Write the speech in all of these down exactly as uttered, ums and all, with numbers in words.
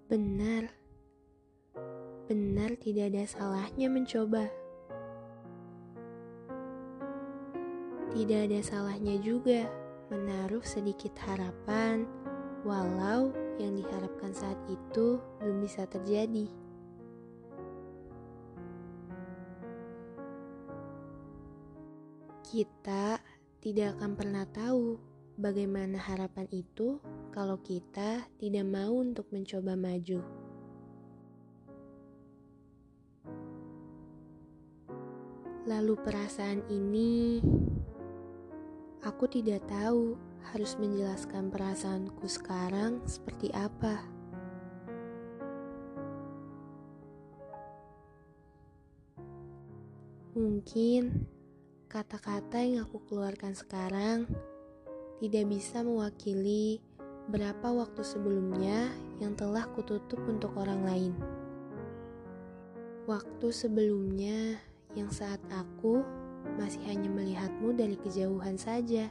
Benar, benar tidak ada salahnya mencoba. Tidak ada salahnya juga menaruh sedikit harapan, walau yang diharapkan saat itu belum bisa terjadi. Kita tidak akan pernah tahu bagaimana harapan itu kalau kita tidak mau untuk mencoba maju. Lalu perasaan ini, aku tidak tahu harus menjelaskan perasaanku sekarang seperti apa. Mungkin kata-kata yang aku keluarkan sekarang tidak bisa mewakili berapa waktu sebelumnya yang telah kututup untuk orang lain. Waktu sebelumnya yang saat aku masih hanya melihatmu dari kejauhan saja.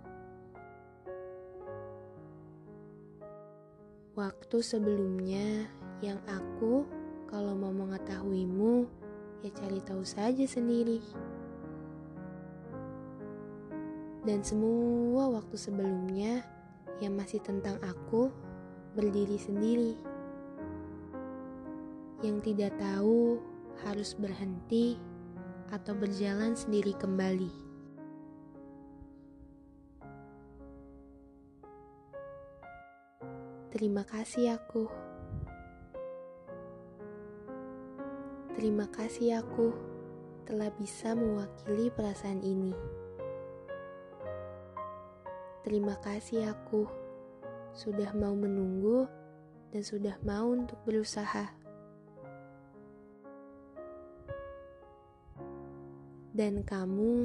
Waktu sebelumnya yang aku kalau mau mengetahuimu ya cari tahu saja sendiri. Dan semua waktu sebelumnya yang masih tentang aku berdiri sendiri. Yang tidak tahu harus berhenti atau berjalan sendiri kembali. Terima kasih aku. Terima kasih aku telah bisa mewakili perasaan ini. Terima kasih aku sudah mau menunggu dan sudah mau untuk berusaha. Dan kamu,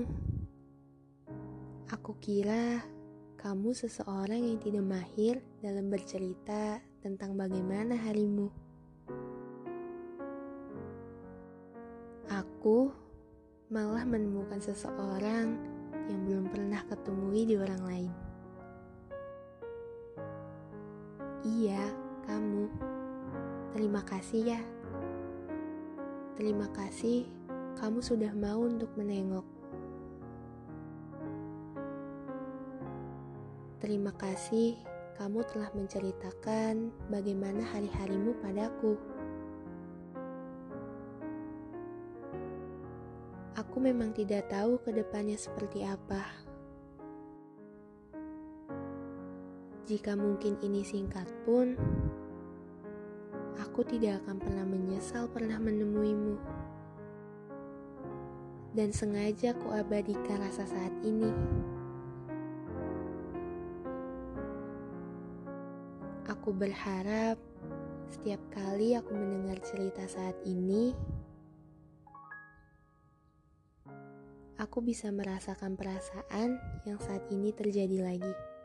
aku kira kamu seseorang yang tidak mahir dalam bercerita tentang bagaimana harimu. Aku malah menemukan seseorang yang belum pernah ketemui di orang lain. Iya, kamu. Terima kasih ya. Terima kasih kamu sudah mau untuk menengok. Terima kasih kamu telah menceritakan bagaimana hari-harimu padaku. Aku memang tidak tahu ke depannya seperti apa. Jika mungkin ini singkat pun, aku tidak akan pernah menyesal pernah menemuimu. Dan sengaja kuabadikan rasa saat ini. Aku berharap setiap kali aku mendengar cerita saat ini, aku bisa merasakan perasaan yang saat ini terjadi lagi.